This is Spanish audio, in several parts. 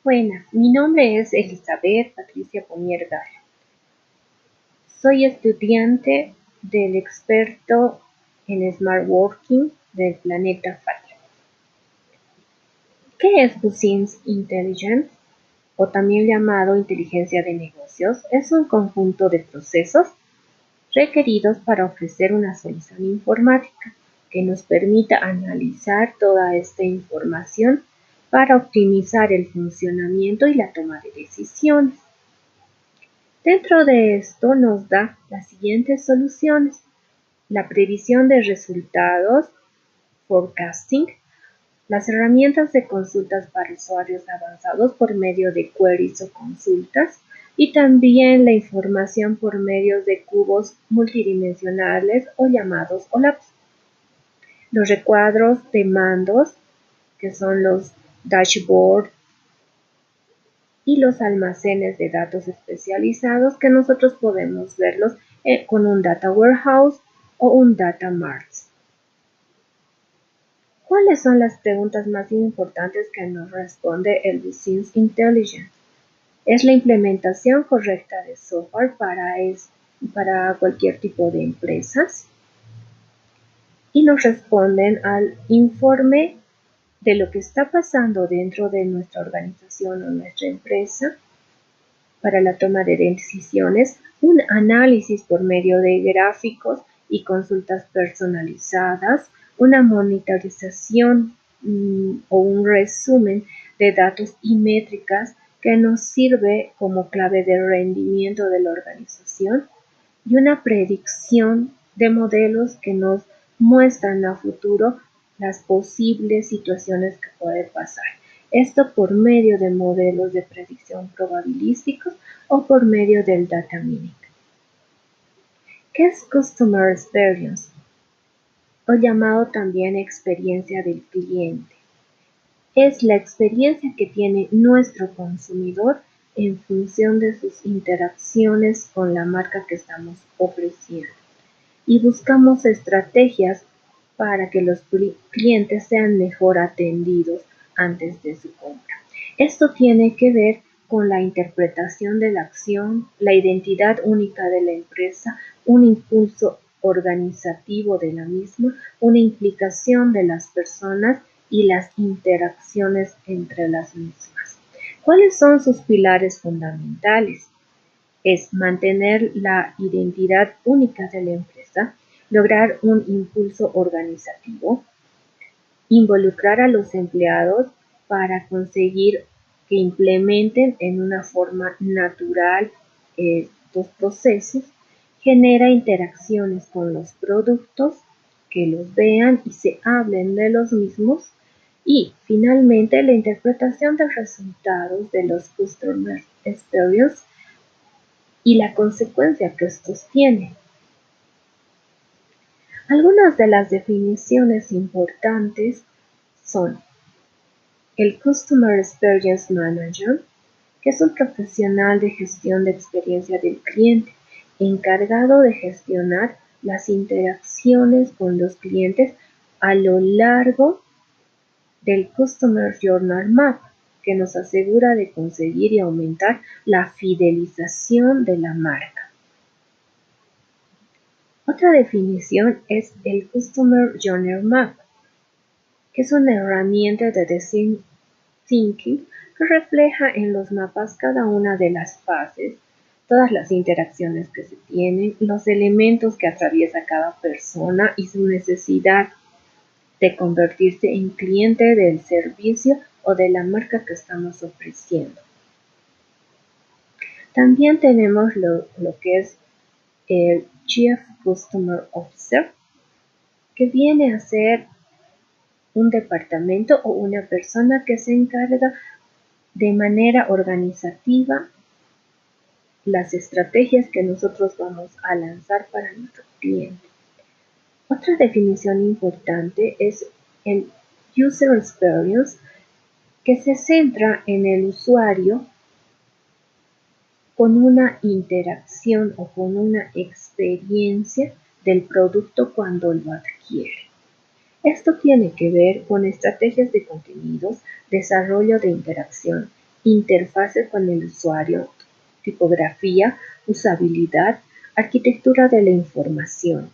Buenas, mi nombre es Elizabeth Patricia Pomier Gala. Soy estudiante del experto en Smart Working del planeta Fire. ¿Qué es Business Intelligence? O también llamado inteligencia de negocios, es un conjunto de procesos requeridos para ofrecer una solución informática que nos permita analizar toda esta información para optimizar el funcionamiento y la toma de decisiones. Dentro de esto nos da las siguientes soluciones: la previsión de resultados, forecasting, las herramientas de consultas para usuarios avanzados por medio de queries o consultas, y también la información por medio de cubos multidimensionales o llamados OLAPs. Los recuadros de mandos, que son los dashboards, y los almacenes de datos especializados que nosotros podemos verlos con un Data Warehouse o un Data Mart. ¿Cuáles son las preguntas más importantes que nos responde el Business Intelligence? Es la implementación correcta de software para cualquier tipo de empresas. Y nos responden al informe de lo que está pasando dentro de nuestra organización o nuestra empresa para la toma de decisiones, un análisis por medio de gráficos y consultas personalizadas, una monitorización o un resumen de datos y métricas que nos sirve como clave de rendimiento de la organización, y una predicción de modelos que nos muestran a futuro las posibles situaciones que pueden pasar. Esto por medio de modelos de predicción probabilísticos o por medio del data mining. ¿Qué es Customer Experience? O llamado también experiencia del cliente. Es la experiencia que tiene nuestro consumidor en función de sus interacciones con la marca que estamos ofreciendo. Y buscamos estrategias para que los clientes sean mejor atendidos antes de su compra. Esto tiene que ver con la interpretación de la acción, la identidad única de la empresa, un impulso organizativo de la misma, una implicación de las personas y las interacciones entre las mismas. ¿Cuáles son sus pilares fundamentales? Es mantener la identidad única de la empresa, lograr un impulso organizativo, involucrar a los empleados para conseguir que implementen en una forma natural estos procesos, genera interacciones con los productos, que los vean y se hablen de los mismos, y finalmente la interpretación de resultados de los Customer Experience y la consecuencia que estos tienen. Algunas de las definiciones importantes son el Customer Experience Manager, que es un profesional de gestión de experiencia del cliente, encargado de gestionar las interacciones con los clientes a lo largo del Customer Journey Map, que nos asegura de conseguir y aumentar la fidelización de la marca. Otra definición es el Customer Journey Map, que es una herramienta de design thinking que refleja en los mapas cada una de las fases, todas las interacciones que se tienen, los elementos que atraviesa cada persona y su necesidad de convertirse en cliente del servicio o de la marca que estamos ofreciendo. También tenemos lo que es el Chief Customer Officer, que viene a ser un departamento o una persona que se encarga de manera organizativa las estrategias que nosotros vamos a lanzar para nuestro cliente. Otra definición importante es el User Experience, que se centra en el usuario con una interacción o con una experiencia del producto cuando lo adquiere. Esto tiene que ver con estrategias de contenidos, desarrollo de interacción interfaces con el usuario, tipografía, usabilidad, arquitectura de la información.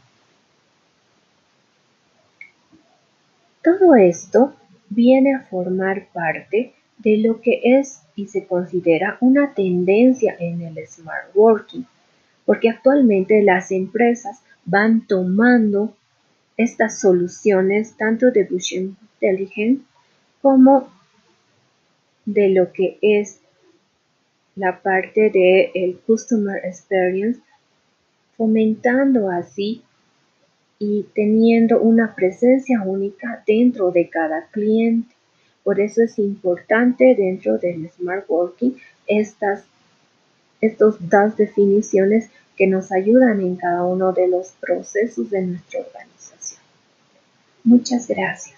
Todo esto viene a formar parte de lo que es y se considera una tendencia en el smart working, porque actualmente las empresas van tomando estas soluciones tanto de Business Intelligence como de lo que es la parte de el Customer Experience, fomentando así y teniendo una presencia única dentro de cada cliente. Por eso es importante dentro del Smart Working estas dos definiciones que nos ayudan en cada uno de los procesos de nuestra organización. Muchas gracias.